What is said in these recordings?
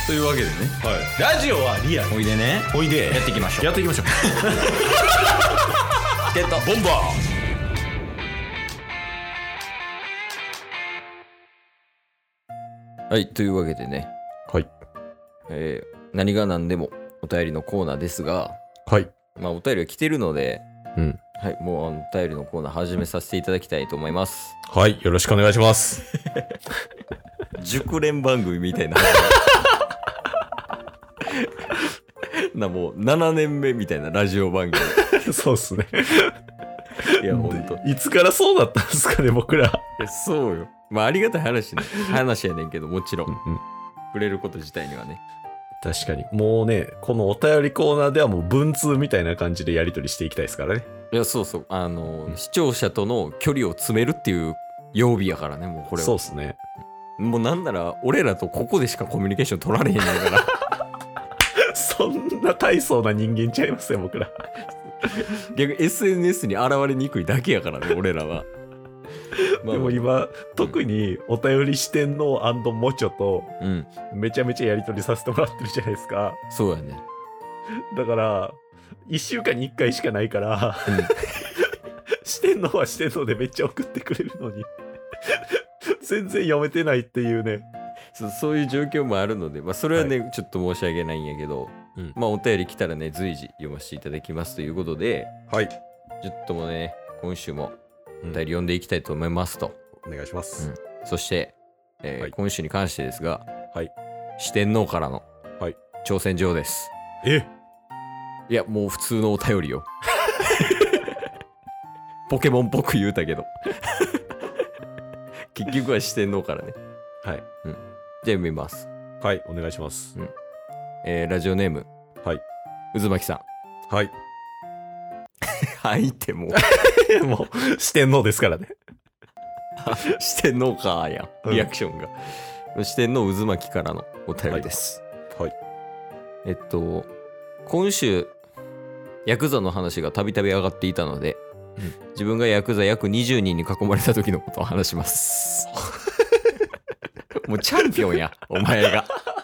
というわけでね、 はい、ラジオはリアル。 おいでね、 おいでやっていきましょう。 やっていきましょうゲットボンバー。はい、というわけでね、 はい、 何が何でもお便りのコーナーですが、 はい、 まあお便りが来てるので、 はい、 もうお便りのコーナー始めさせていただきたいと思います。 はい、よろしくお願いします。 熟練番組みたいなもう7年目みたいなラジオ番組そうっすね。 いやほんといつからそうだったんですかね、僕ら。 そうよ。まあありがたい話やねんけど、もちろん、触れること自体にはね。 確かにもうね、このお便りコーナーではもう文通みたいな感じでやり取りしていきたいですからね。 いやそうそう、視聴者との距離を詰めるっていう曜日やからね、もうこれは。 そうっすね。 もうなんなら俺らとここでしかコミュニケーション取られへんねんからそんな大層な人間ちゃいますよ、僕ら。 逆に SNS に現れにくいだけやからね、俺らは。 まあ、でも今、特にお便り四天王&もちょとめちゃめちゃやり取りさせてもらってるじゃないですか。 そうやね。 だから1週間に1回しかないから、四天王は四天王でめっちゃ送ってくれるのに全然読めてないっていうね。 そういう状況もあるので、まあ、それはね、ちょっと申し訳ないんやけど、まあお便り来たらね、随時読ませていただきますということで、 はい、 ちょっともね、今週もお便り読んでいきたいと思いますと。 お願いします。 そして、 はい、 今週に関してですが、 はい、 四天王からの挑戦状です。いや、もう普通のお便りよ。ポケモンっぽく言うたけど。結局は四天王からね。 はい。 じゃあ読みます。 はい、お願いします。 ラジオネーム。 はい。 渦巻さん。 はい。 はいってもう。もう、四天王ですからね。 四天王かやん。リアクションが。四天王渦巻からのお便りです。 はい。 今週、ヤクザの話がたびたび上がっていたので、自分がヤクザ約20人に囲まれた時のことを話します。もうチャンピオンや、お前が。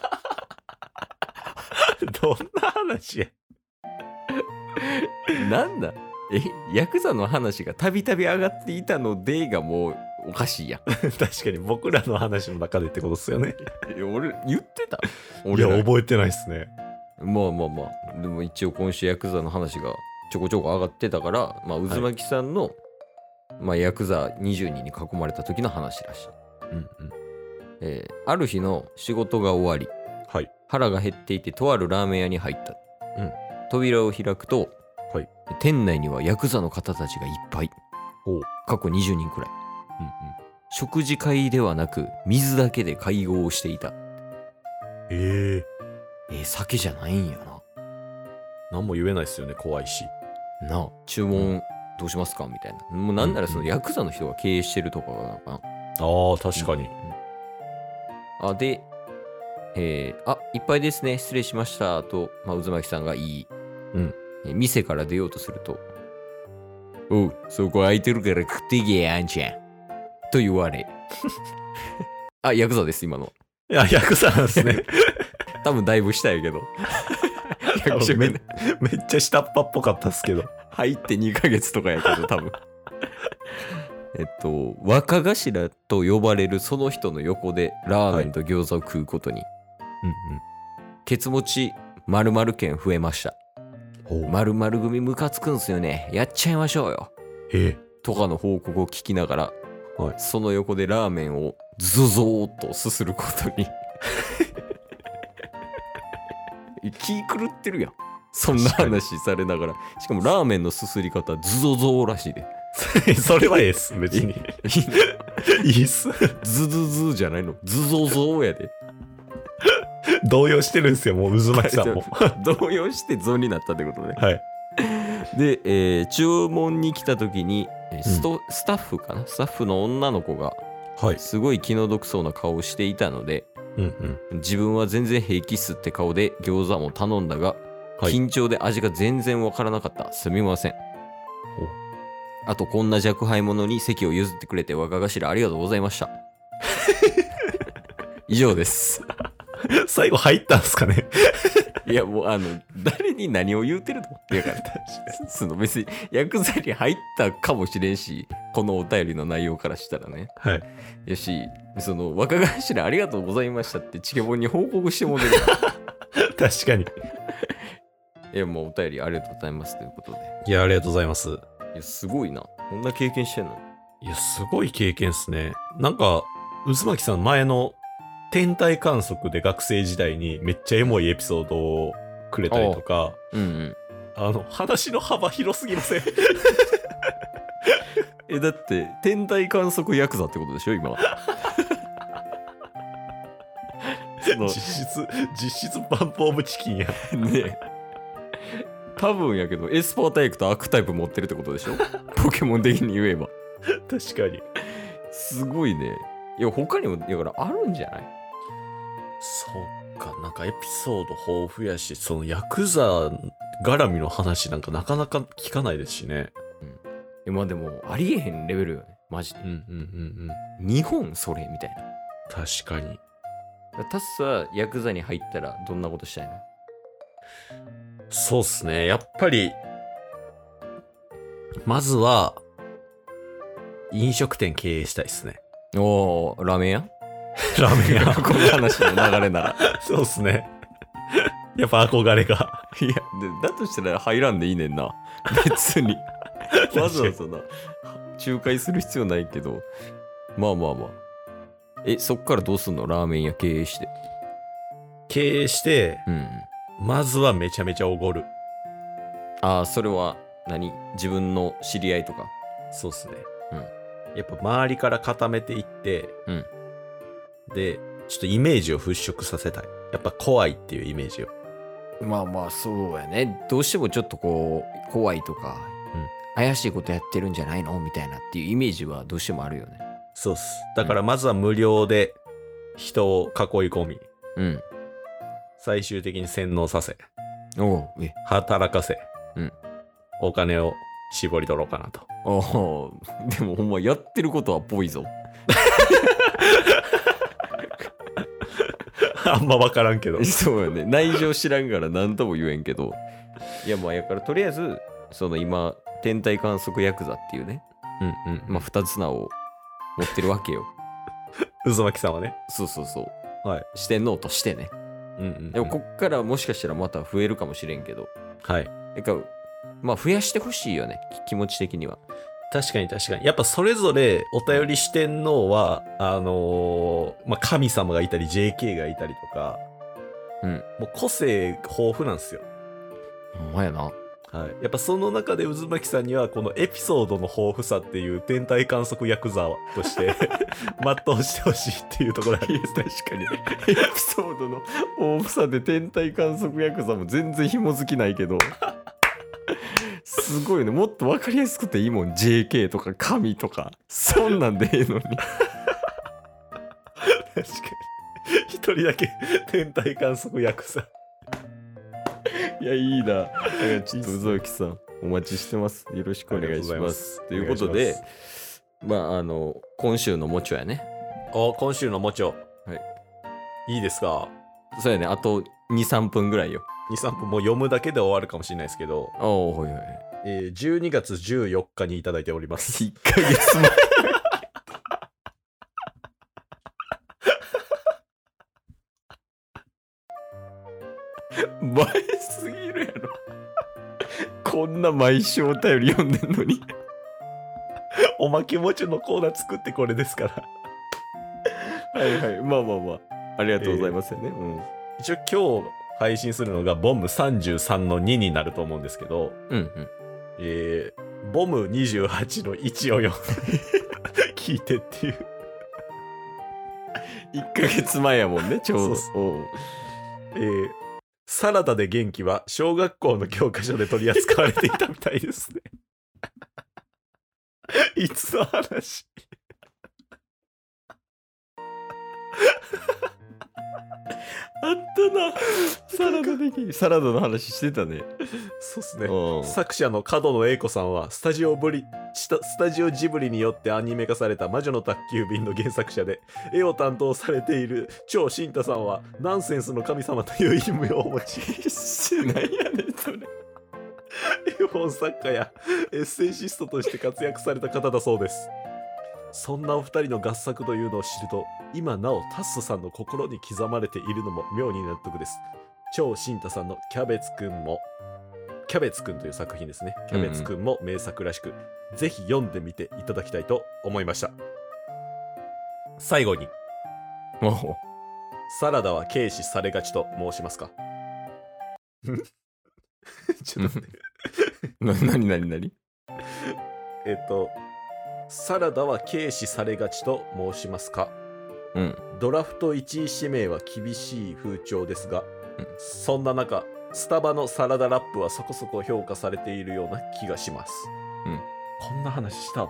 どんな話や。 なんだヤクザの話がたびたび上がっていたのでがもうおかしいやん。 確かに僕らの話の中でってことですよね。 俺言ってた？ いや覚えてないっすね。 まあでも一応今週ヤクザの話がちょこちょこ上がってたから、まあ渦巻さんの、まあ、ヤクザ20人に囲まれた時の話らしい。ある日の仕事が終わり、腹が減っていてとあるラーメン屋に入った。扉を開くと、店内にはヤクザの方たちがいっぱい。過去20人くらい。食事会ではなく水だけで会合をしていた。酒じゃないんやな。 何も言えないっすよね、怖いし。 なあ、注文どうしますかみたいな。もうなんならそのヤクザの人が経営してるとかなのかな。 確かに。 で、いっぱいですね、失礼しましたと、渦巻さんが言い、店から出ようとすると、おう、そこ空いてるから食っていけや、あんちゃん。と言われ。ヤクザです、今の。 いや、ヤクザなんですね。 多分だいぶ下やけど。 めっちゃ下っ端っぽかったっすけど。 入って2ヶ月とかやけど、多分。若頭と呼ばれるその人の横でラーメンと餃子を食うことに、ケツ持ち〇〇券増えました。〇〇組ムカつくんすよね。やっちゃいましょうよ。とかの報告を聞きながら、その横でラーメンをゾゾーっとすすることに気狂ってるやん。そんな話されながら。しかもラーメンのすすり方ズゾゾーらしいで。 それはええっす、別に。いいっす。 ズズズじゃないの、ズゾゾーやで。 動揺してるんすよ、もう渦巻さんも。 動揺してゾになったってことね。で、注文に来た時にスタッフかな、スタッフの女の子がすごい気の毒そうな顔をしていたので、自分は全然平気っすって顔で餃子も頼んだが、緊張で味が全然わからなかった。すみません。あとこんな若輩者に席を譲ってくれて若頭ありがとうございました。以上です。 最後入ったんすかね。 いやもう誰に何を言うてるのってやからその別にヤクザに入ったかもしれんし、このお便りの内容からしたらね。 はい。 やし、その若頭ありがとうございましたってチケボンに報告してもらえる。 確かに。 いやもうお便りありがとうございますということで。 いや、ありがとうございます。 いやすごいな。こんな経験してんの？ いや、すごい経験っすね。なんか、渦巻さん前の天体観測で学生時代にめっちゃエモいエピソードをくれたりとか、 うんうん。 話の幅広すぎません？ だって天体観測ヤクザってことでしょ今。 実質バンプオブチキンや。 ねえ。多分やけどエスパータイプとアークタイプ持ってるってことでしょポケモン的に言えば。 確かに。 すごいね。いや他にもだからあるんじゃない？ そっか、なんかエピソード豊富やし、そのヤクザ絡みの話なんかなかなか聞かないですしね。 まあでもありえへんレベルよねマジで。日本それみたいな。 確かに。 タスはヤクザに入ったらどんなことしたいの？ そうっすね。やっぱり、まずは、飲食店経営したいっすね。 おー、ラーメン屋ラーメン屋。 この話の流れなら。 そうっすね。やっぱ憧れが。 いや、だとしたら入らんでいいねんな。別に。わざわざな、仲介する必要ないけど。まあまあまあ。そっからどうすんの？ラーメン屋経営して。 経営して、まずはめちゃめちゃおごる。 ああ、それは自分の知り合いとか？ そうっすね。やっぱ周りから固めていって、で、ちょっとイメージを払拭させたい。やっぱ怖いっていうイメージを。 まあまあそうやね。どうしてもちょっとこう怖いとか、怪しいことやってるんじゃないのみたいなっていうイメージはどうしてもあるよね。 そうっす。だからまずは無料で人を囲い込み、最終的に洗脳させ、働かせ、お金を絞り取ろうかなと。 でもほんまやってることはぽいぞ。 あんま分からんけど。 そうよね。内情知らんから何とも言えんけど。いやまあやからとりあえずその今天体観測ヤクザっていうね、まあ二つ名を持ってるわけよ。 渦巻さんはね。 そうそうそう。 はい。 四天王としてね。でもこっからもしかしたらまた増えるかもしれんけど。 はい。 まあ増やしてほしいよね。気持ち的には。 確かに確かに。やっぱそれぞれお便り四天王は、まあ、神様がいたり JK がいたりとか、もう個性豊富なんですよ。 ほんまやな。 はい。やっぱその中で渦巻さんにはこのエピソードの豊富さっていう天体観測ヤクザとして全うしてほしいっていうところなんですね。 確かに。エピソードの豊富さで天体観測ヤクザも全然紐づきないけど。すごいね。もっと分かりやすくていいもん。JK とか神とか。そんなんでええのに。確かに。一人だけ天体観測ヤクザ。 いや、いいな。ちょっと渦巻さん、お待ちしてます。よろしくお願いします。ということで、まあ、今週のもちょやね。 今週のもちょ。はい。いいですか？ そうやね。あと2、3分ぐらいよ。 2、3分もう読むだけで終わるかもしれないですけど。 はいはい。 12月14日にいただいております。 1ヶ月前。前すぎるやろ。こんな毎週お便り読んでんのに。 おまけもちょのコーナー作ってこれですから。 はいはい。まあまあまあ。 ありがとうございますよね。 一応今日配信するのがボム33の2になると思うんですけど、ボム28の1を読んで聞いてっていう。 1ヶ月前やもんね、ちょうど。 サラダで元気は小学校の教科書で取り扱われていたみたいですね。いつの話？ あったな。 サラダの話してたね。 そうっすね。作者の角野栄子さんはスタジオジブリによってアニメ化された魔女の宅急便の原作者で、絵を担当されている張慎太さんはナンセンスの神様という異名を持ち、 何やねんそれ。 絵本作家やエッセイシストとして活躍された方だそうです。そんなお二人の合作というのを知ると、今なおタッスさんの心に刻まれているのも妙に納得です。張慎太さんのキャベツくんという作品ですね。キャベツくんも名作らしく、ぜひ読んでみていただきたいと思いました。最後に、サラダは軽視されがちと申しますか？ちょっと待って。 何サラダは軽視されがちと申しますか？ドラフト1位指名は厳しい風潮ですが、そんな中、スタバのサラダラップはそこそこ評価されているような気がします。こんな話したわ。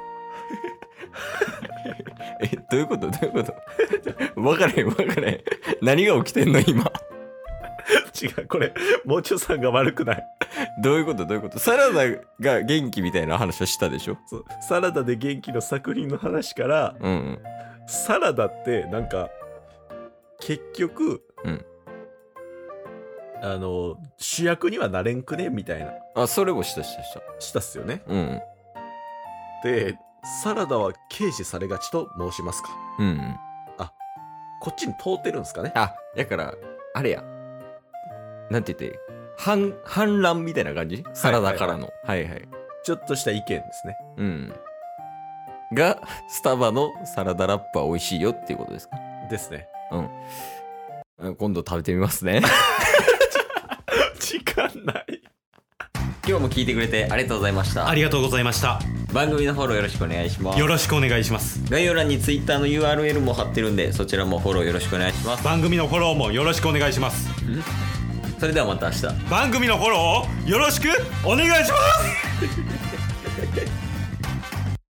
どういうこと分からへん。何が起きてんの今。 違う、これもう中さんが悪くない。 どういうことサラダが元気みたいな話をしたでしょ。 そう、サラダで元気の作品の話から、サラダってなんか結局、主役にはなれんくねみたいな。 あ、それもしたっすよね。で、サラダは軽視されがちと申しますか？あ、こっちに通ってるんですかね。 あ、だからあれや、なんて言って反乱みたいな感じ、サラダからの。 ちょっとした意見ですね。 がスタバのサラダラップは美味しいよっていうことですか？ ですね。 今度食べてみますね。 時間ない。 今日も聞いてくれてありがとうございました。 ありがとうございました。 番組のフォローよろしくお願いします。 よろしくお願いします。 概要欄に Twitter の URL も貼ってるんで、そちらもフォローよろしくお願いします。 番組のフォローもよろしくお願いします。 それではまた明日。 番組のフォローをよろしくお願いします。